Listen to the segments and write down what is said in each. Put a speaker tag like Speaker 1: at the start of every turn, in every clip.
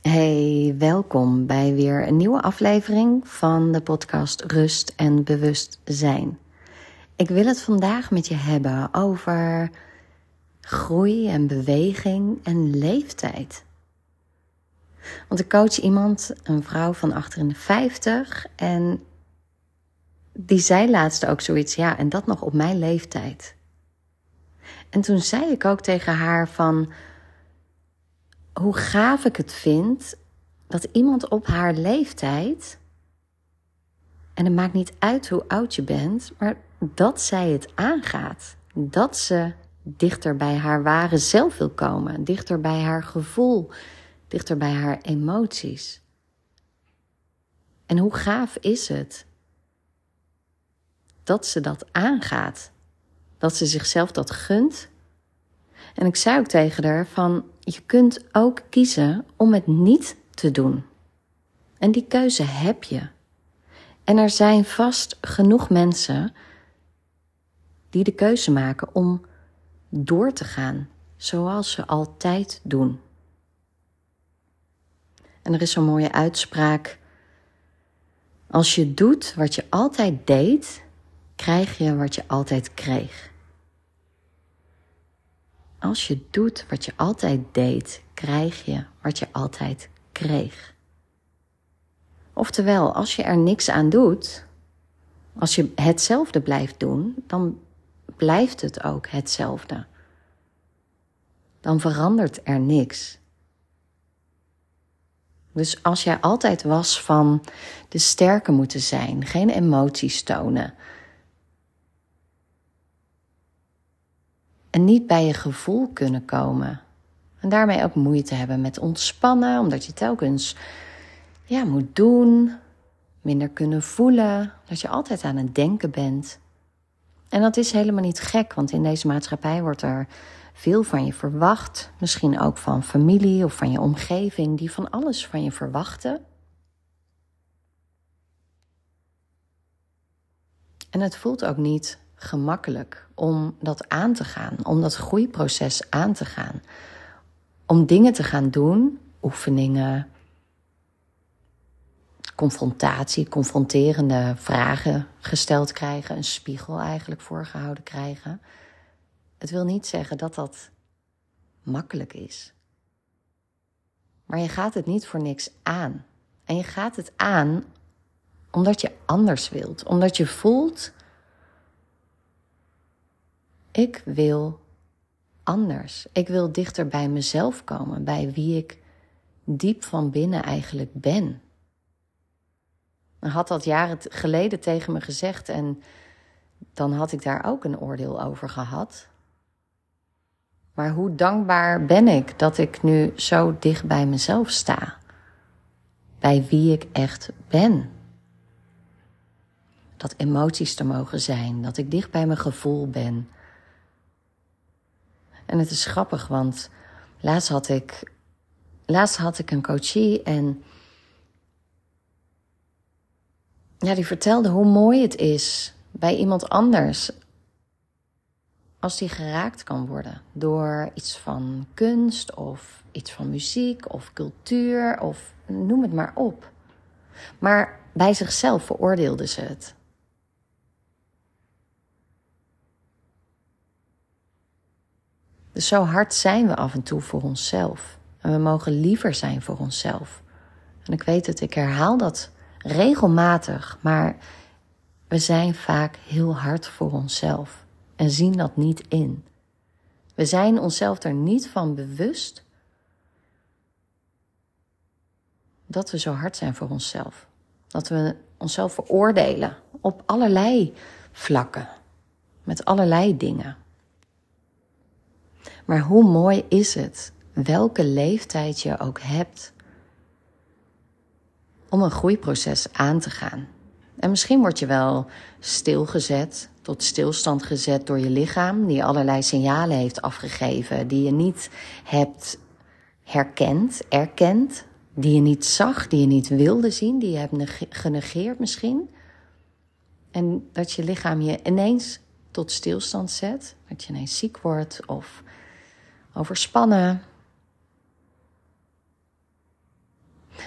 Speaker 1: Hey, welkom bij weer een nieuwe aflevering van de podcast Rust en Bewustzijn. Ik wil het vandaag met je hebben over groei en beweging en leeftijd. Want ik coach iemand, een vrouw van achter in de 50, en die zei laatst ook zoiets, ja, en dat nog op mijn leeftijd. En toen zei ik ook tegen haar van hoe gaaf ik het vind dat iemand op haar leeftijd, en het maakt niet uit hoe oud je bent, maar dat zij het aangaat. Dat ze dichter bij haar ware zelf wil komen, dichter bij haar gevoel, dichter bij haar emoties. En hoe gaaf is het dat ze dat aangaat, dat ze zichzelf dat gunt. En ik zei ook tegen haar van, je kunt ook kiezen om het niet te doen. En die keuze heb je. En er zijn vast genoeg mensen die de keuze maken om door te gaan zoals ze altijd doen. En er is zo'n mooie uitspraak: als je doet wat je altijd deed, krijg je wat je altijd kreeg. Als je doet wat je altijd deed, krijg je wat je altijd kreeg. Oftewel, als je er niks aan doet, als je hetzelfde blijft doen, dan blijft het ook hetzelfde. Dan verandert er niks. Dus als jij altijd was van de sterke moeten zijn, geen emoties tonen, en niet bij je gevoel kunnen komen, en daarmee ook moeite hebben met ontspannen, omdat je telkens moet doen, minder kunnen voelen, dat je altijd aan het denken bent. En dat is helemaal niet gek, want in deze maatschappij wordt er veel van je verwacht. Misschien ook van familie of van je omgeving, die van alles van je verwachten. En het voelt ook niet gemakkelijk om dat aan te gaan, om dat groeiproces aan te gaan. Om dingen te gaan doen, oefeningen, confronterende vragen gesteld krijgen, een spiegel eigenlijk voorgehouden krijgen. Het wil niet zeggen dat dat makkelijk is. Maar je gaat het niet voor niks aan. En je gaat het aan omdat je anders wilt. Omdat je voelt, ik wil anders. Ik wil dichter bij mezelf komen, bij wie ik diep van binnen eigenlijk ben. Dan had dat jaren geleden tegen me gezegd en dan had ik daar ook een oordeel over gehad. Maar hoe dankbaar ben ik dat ik nu zo dicht bij mezelf sta. Bij wie ik echt ben. Dat emoties te mogen zijn, dat ik dicht bij mijn gevoel ben. En het is grappig, want laatst had ik een coachie en die vertelde hoe mooi het is bij iemand anders als die geraakt kan worden door iets van kunst of iets van muziek of cultuur of noem het maar op. Maar bij zichzelf veroordeelde ze het. Dus zo hard zijn we af en toe voor onszelf. En we mogen liever zijn voor onszelf. En ik weet het, ik herhaal dat regelmatig, maar we zijn vaak heel hard voor onszelf en zien dat niet in. We zijn onszelf er niet van bewust dat we zo hard zijn voor onszelf. Dat we onszelf veroordelen op allerlei vlakken, met allerlei dingen. Maar hoe mooi is het, welke leeftijd je ook hebt, om een groeiproces aan te gaan. En misschien word je wel stilgezet, tot stilstand gezet door je lichaam, die erkend, die je niet hebt erkend, die je niet zag, die je niet wilde zien, die je hebt genegeerd misschien. En dat je lichaam je ineens tot stilstand zet, dat je ineens ziek wordt of overspannen.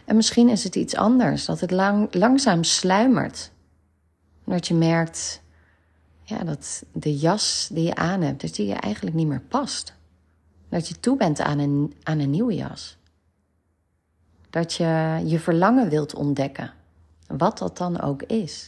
Speaker 1: En misschien is het iets anders, dat het langzaam sluimert. Dat je merkt dat de jas die je aan hebt, dat die je eigenlijk niet meer past. Dat je toe bent aan een nieuwe jas. Dat je je verlangen wilt ontdekken, wat dat dan ook is.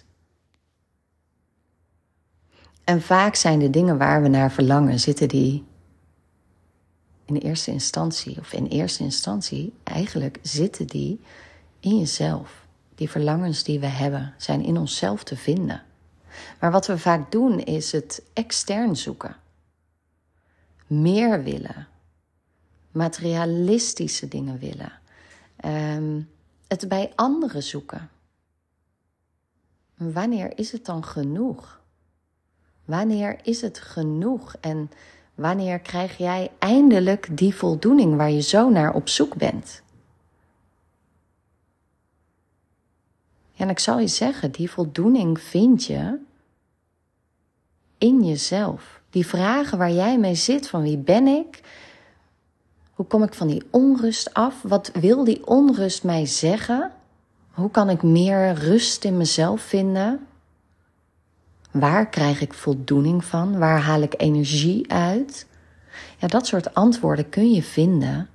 Speaker 1: En vaak zijn de dingen waar we naar verlangen, zitten die in eerste instantie, eigenlijk zitten die in jezelf. Die verlangens die we hebben, zijn in onszelf te vinden. Maar wat we vaak doen, is het extern zoeken. Meer willen. Materialistische dingen willen. Het bij anderen zoeken. Wanneer is het dan genoeg? Wanneer is het genoeg? En wanneer krijg jij eindelijk die voldoening waar je zo naar op zoek bent? En ik zal je zeggen, die voldoening vind je in jezelf. Die vragen waar jij mee zit, van wie ben ik? Hoe kom ik van die onrust af? Wat wil die onrust mij zeggen? Hoe kan ik meer rust in mezelf vinden? Waar krijg ik voldoening van? Waar haal ik energie uit? Ja, dat soort antwoorden kun je vinden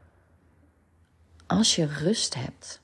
Speaker 1: als je rust hebt.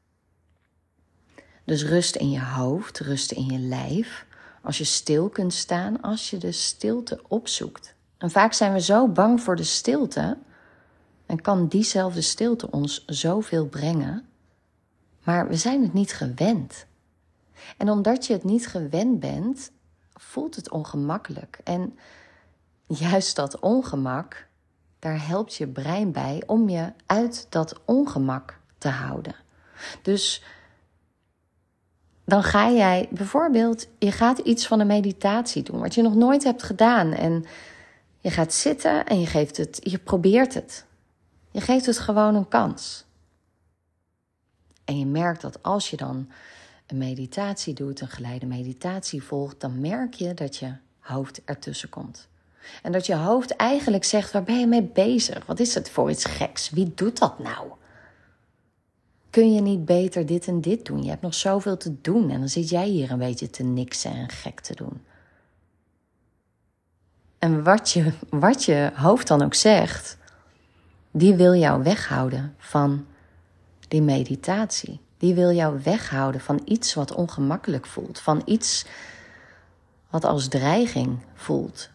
Speaker 1: Dus rust in je hoofd, rust in je lijf. Als je stil kunt staan, als je de stilte opzoekt. En vaak zijn we zo bang voor de stilte. En kan diezelfde stilte ons zoveel brengen. Maar we zijn het niet gewend. En omdat je het niet gewend bent, voelt het ongemakkelijk. En juist dat ongemak, daar helpt je brein bij om je uit dat ongemak te houden. Dus dan ga jij bijvoorbeeld, je gaat iets van een meditatie doen, wat je nog nooit hebt gedaan. En je gaat zitten en je probeert het. Je geeft het gewoon een kans. En je merkt dat als je dan een meditatie doet, een geleide meditatie volgt, dan merk je dat je hoofd ertussen komt. En dat je hoofd eigenlijk zegt, waar ben je mee bezig? Wat is het voor iets geks? Wie doet dat nou? Kun je niet beter dit en dit doen? Je hebt nog zoveel te doen en dan zit jij hier een beetje te niksen en gek te doen. En wat je hoofd dan ook zegt, die wil jou weghouden van die meditatie. Die wil jou weghouden van iets wat ongemakkelijk voelt. Van iets wat als dreiging voelt.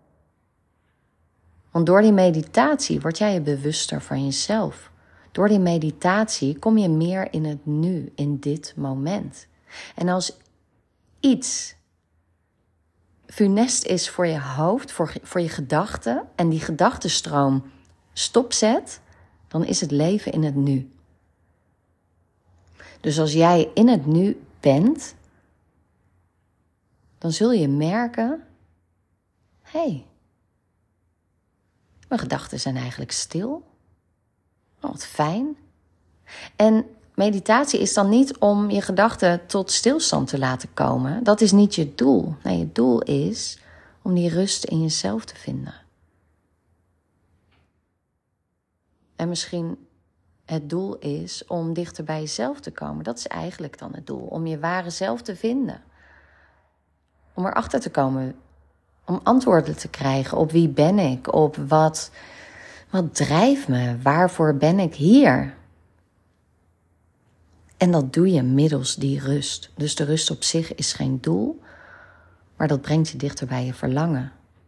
Speaker 1: Want door die meditatie word jij je bewuster van jezelf. Door die meditatie kom je meer in het nu, in dit moment. En als iets funest is voor je hoofd, voor je gedachten, en die gedachtenstroom stopzet, dan is het leven in het nu. Dus als jij in het nu bent, dan zul je merken, hé, mijn gedachten zijn eigenlijk stil. Oh, wat fijn. En meditatie is dan niet om je gedachten tot stilstand te laten komen. Dat is niet je doel. Nee, je doel is om die rust in jezelf te vinden. En misschien het doel is om dichter bij jezelf te komen. Dat is eigenlijk dan het doel. Om je ware zelf te vinden. Om erachter te komen. Om antwoorden te krijgen op wie ben ik. Op wat drijft me. Waarvoor ben ik hier? En dat doe je middels die rust. Dus de rust op zich is geen doel. Maar dat brengt je dichter bij je verlangen.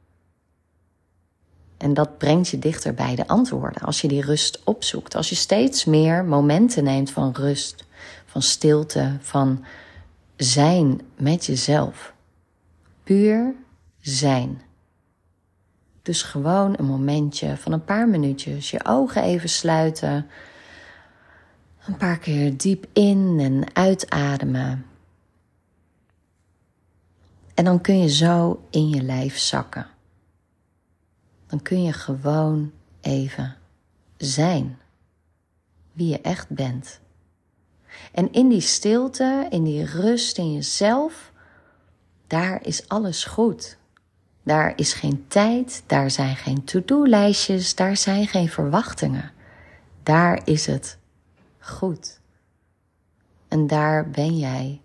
Speaker 1: En dat brengt je dichter bij de antwoorden. Als je die rust opzoekt. Als je steeds meer momenten neemt van rust. Van stilte. Van zijn met jezelf. Puur zijn. Dus gewoon een momentje van een paar minuutjes. Je ogen even sluiten. Een paar keer diep in en uitademen. En dan kun je zo in je lijf zakken. Dan kun je gewoon even zijn. Wie je echt bent. En in die stilte, in die rust in jezelf, daar is alles goed. Daar is geen tijd, daar zijn geen to-do-lijstjes, daar zijn geen verwachtingen. Daar is het goed. En daar ben jij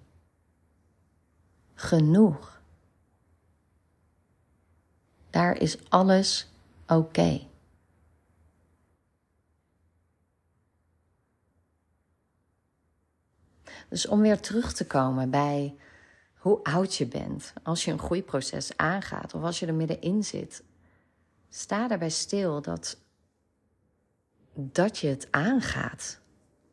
Speaker 1: genoeg. Daar is alles oké. Dus om weer terug te komen bij hoe oud je bent, als je een groeiproces aangaat of als je er middenin zit, sta daarbij stil dat je het aangaat.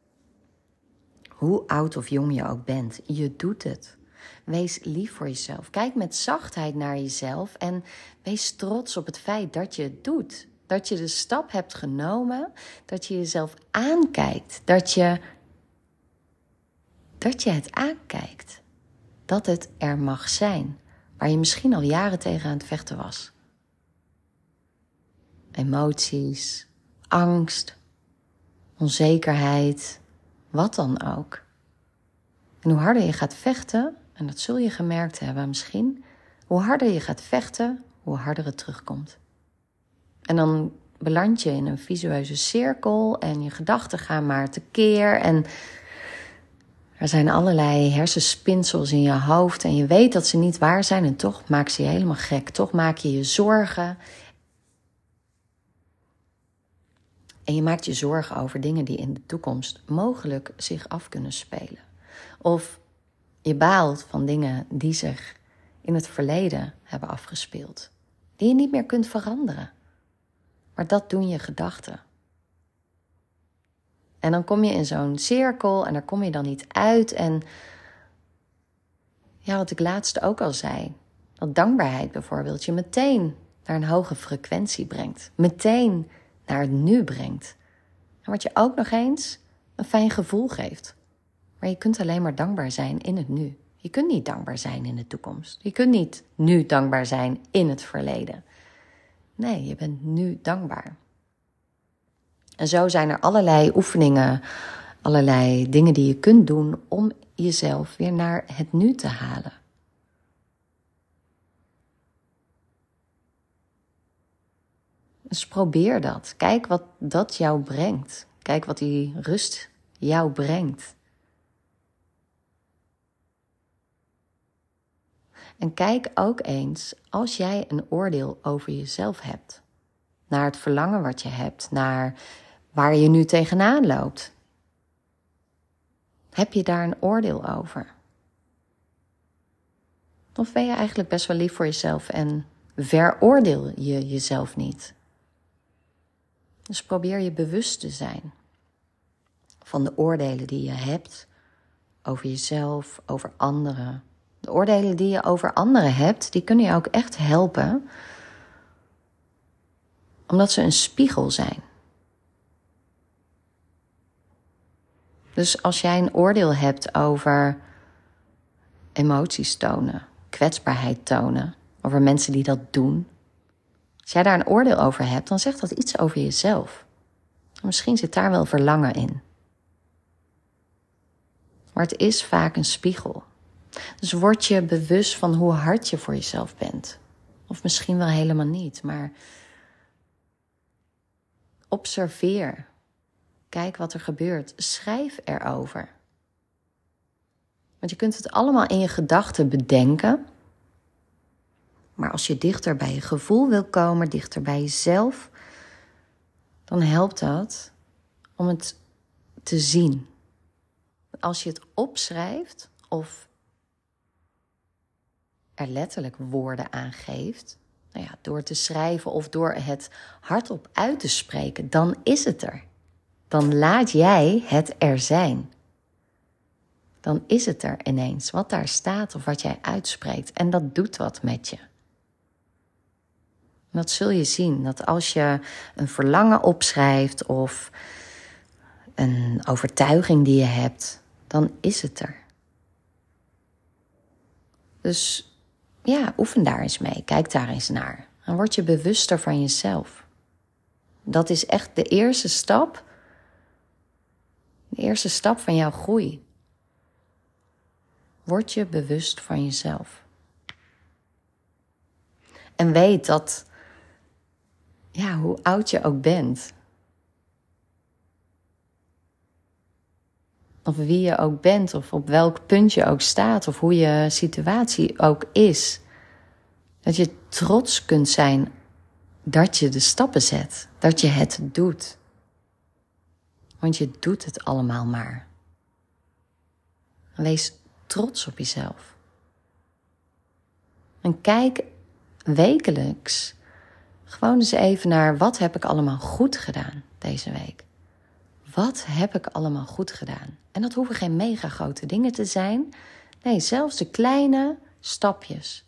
Speaker 1: Hoe oud of jong je ook bent, je doet het. Wees lief voor jezelf. Kijk met zachtheid naar jezelf en wees trots op het feit dat je het doet. Dat je de stap hebt genomen, dat je jezelf aankijkt, dat je het aankijkt. Dat het er mag zijn, waar je misschien al jaren tegen aan het vechten was. Emoties, angst, onzekerheid, wat dan ook. En hoe harder je gaat vechten, en dat zul je gemerkt hebben misschien, hoe harder je gaat vechten, hoe harder het terugkomt. En dan beland je in een visueuze cirkel en je gedachten gaan maar tekeer en er zijn allerlei hersenspinsels in je hoofd en je weet dat ze niet waar zijn en toch maak ze je helemaal gek. Toch maak je je zorgen. En je maakt je zorgen over dingen die in de toekomst mogelijk zich af kunnen spelen. Of je baalt van dingen die zich in het verleden hebben afgespeeld. Die je niet meer kunt veranderen. Maar dat doen je gedachten. En dan kom je in zo'n cirkel en daar kom je dan niet uit. En ja, wat ik laatst ook al zei. Dat dankbaarheid bijvoorbeeld je meteen naar een hoge frequentie brengt. Meteen naar het nu brengt. En wat je ook nog eens een fijn gevoel geeft. Maar je kunt alleen maar dankbaar zijn in het nu. Je kunt niet dankbaar zijn in de toekomst. Je kunt niet nu dankbaar zijn in het verleden. Nee, je bent nu dankbaar. En zo zijn er allerlei oefeningen, allerlei dingen die je kunt doen om jezelf weer naar het nu te halen. Dus probeer dat. Kijk wat dat jou brengt. Kijk wat die rust jou brengt. En kijk ook eens als jij een oordeel over jezelf hebt. Naar het verlangen wat je hebt, naar waar je nu tegenaan loopt. Heb je daar een oordeel over? Of ben je eigenlijk best wel lief voor jezelf en veroordeel je jezelf niet? Dus probeer je bewust te zijn van de oordelen die je hebt over jezelf, over anderen. De oordelen die je over anderen hebt, die kunnen je ook echt helpen, omdat ze een spiegel zijn. Dus als jij een oordeel hebt over emoties tonen, kwetsbaarheid tonen, over mensen die dat doen. Als jij daar een oordeel over hebt, dan zegt dat iets over jezelf. Misschien zit daar wel verlangen in. Maar het is vaak een spiegel. Dus word je bewust van hoe hard je voor jezelf bent. Of misschien wel helemaal niet, maar observeer. Kijk wat er gebeurt. Schrijf erover. Want je kunt het allemaal in je gedachten bedenken. Maar als je dichter bij je gevoel wil komen, dichter bij jezelf, dan helpt dat om het te zien. Als je het opschrijft of er letterlijk woorden aan geeft, nou ja, door te schrijven of door het hardop uit te spreken, dan is het er. Dan laat jij het er zijn. Dan is het er ineens, wat daar staat of wat jij uitspreekt. En dat doet wat met je. En dat zul je zien, dat als je een verlangen opschrijft of een overtuiging die je hebt, dan is het er. Dus ja, oefen daar eens mee, kijk daar eens naar. Dan word je bewuster van jezelf. Dat is echt de eerste stap. De eerste stap van jouw groei. Word je bewust van jezelf. En weet dat, ja, hoe oud je ook bent, Of wie je ook bent, of op welk punt je ook staat, of hoe je situatie ook is. Dat je trots kunt zijn dat je de stappen zet, dat je het doet. Want je doet het allemaal maar. Wees trots op jezelf. En kijk wekelijks gewoon eens even naar wat heb ik allemaal goed gedaan deze week. Wat heb ik allemaal goed gedaan? En dat hoeven geen mega grote dingen te zijn. Nee, zelfs de kleine stapjes.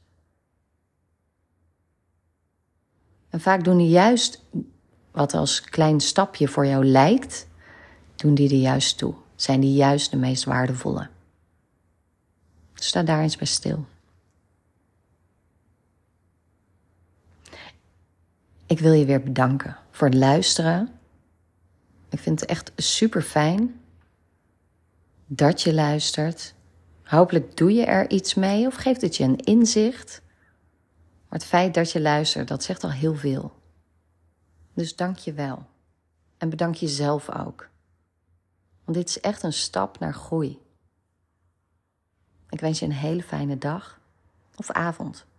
Speaker 1: En vaak doen die juist wat als klein stapje voor jou lijkt, doen die er juist toe. Zijn die juist de meest waardevolle. Sta daar eens bij stil. Ik wil je weer bedanken voor het luisteren. Ik vind het echt super fijn dat je luistert. Hopelijk doe je er iets mee of geeft het je een inzicht. Maar het feit dat je luistert, dat zegt al heel veel. Dus dank je wel. En bedank jezelf ook. Want dit is echt een stap naar groei. Ik wens je een hele fijne dag of avond.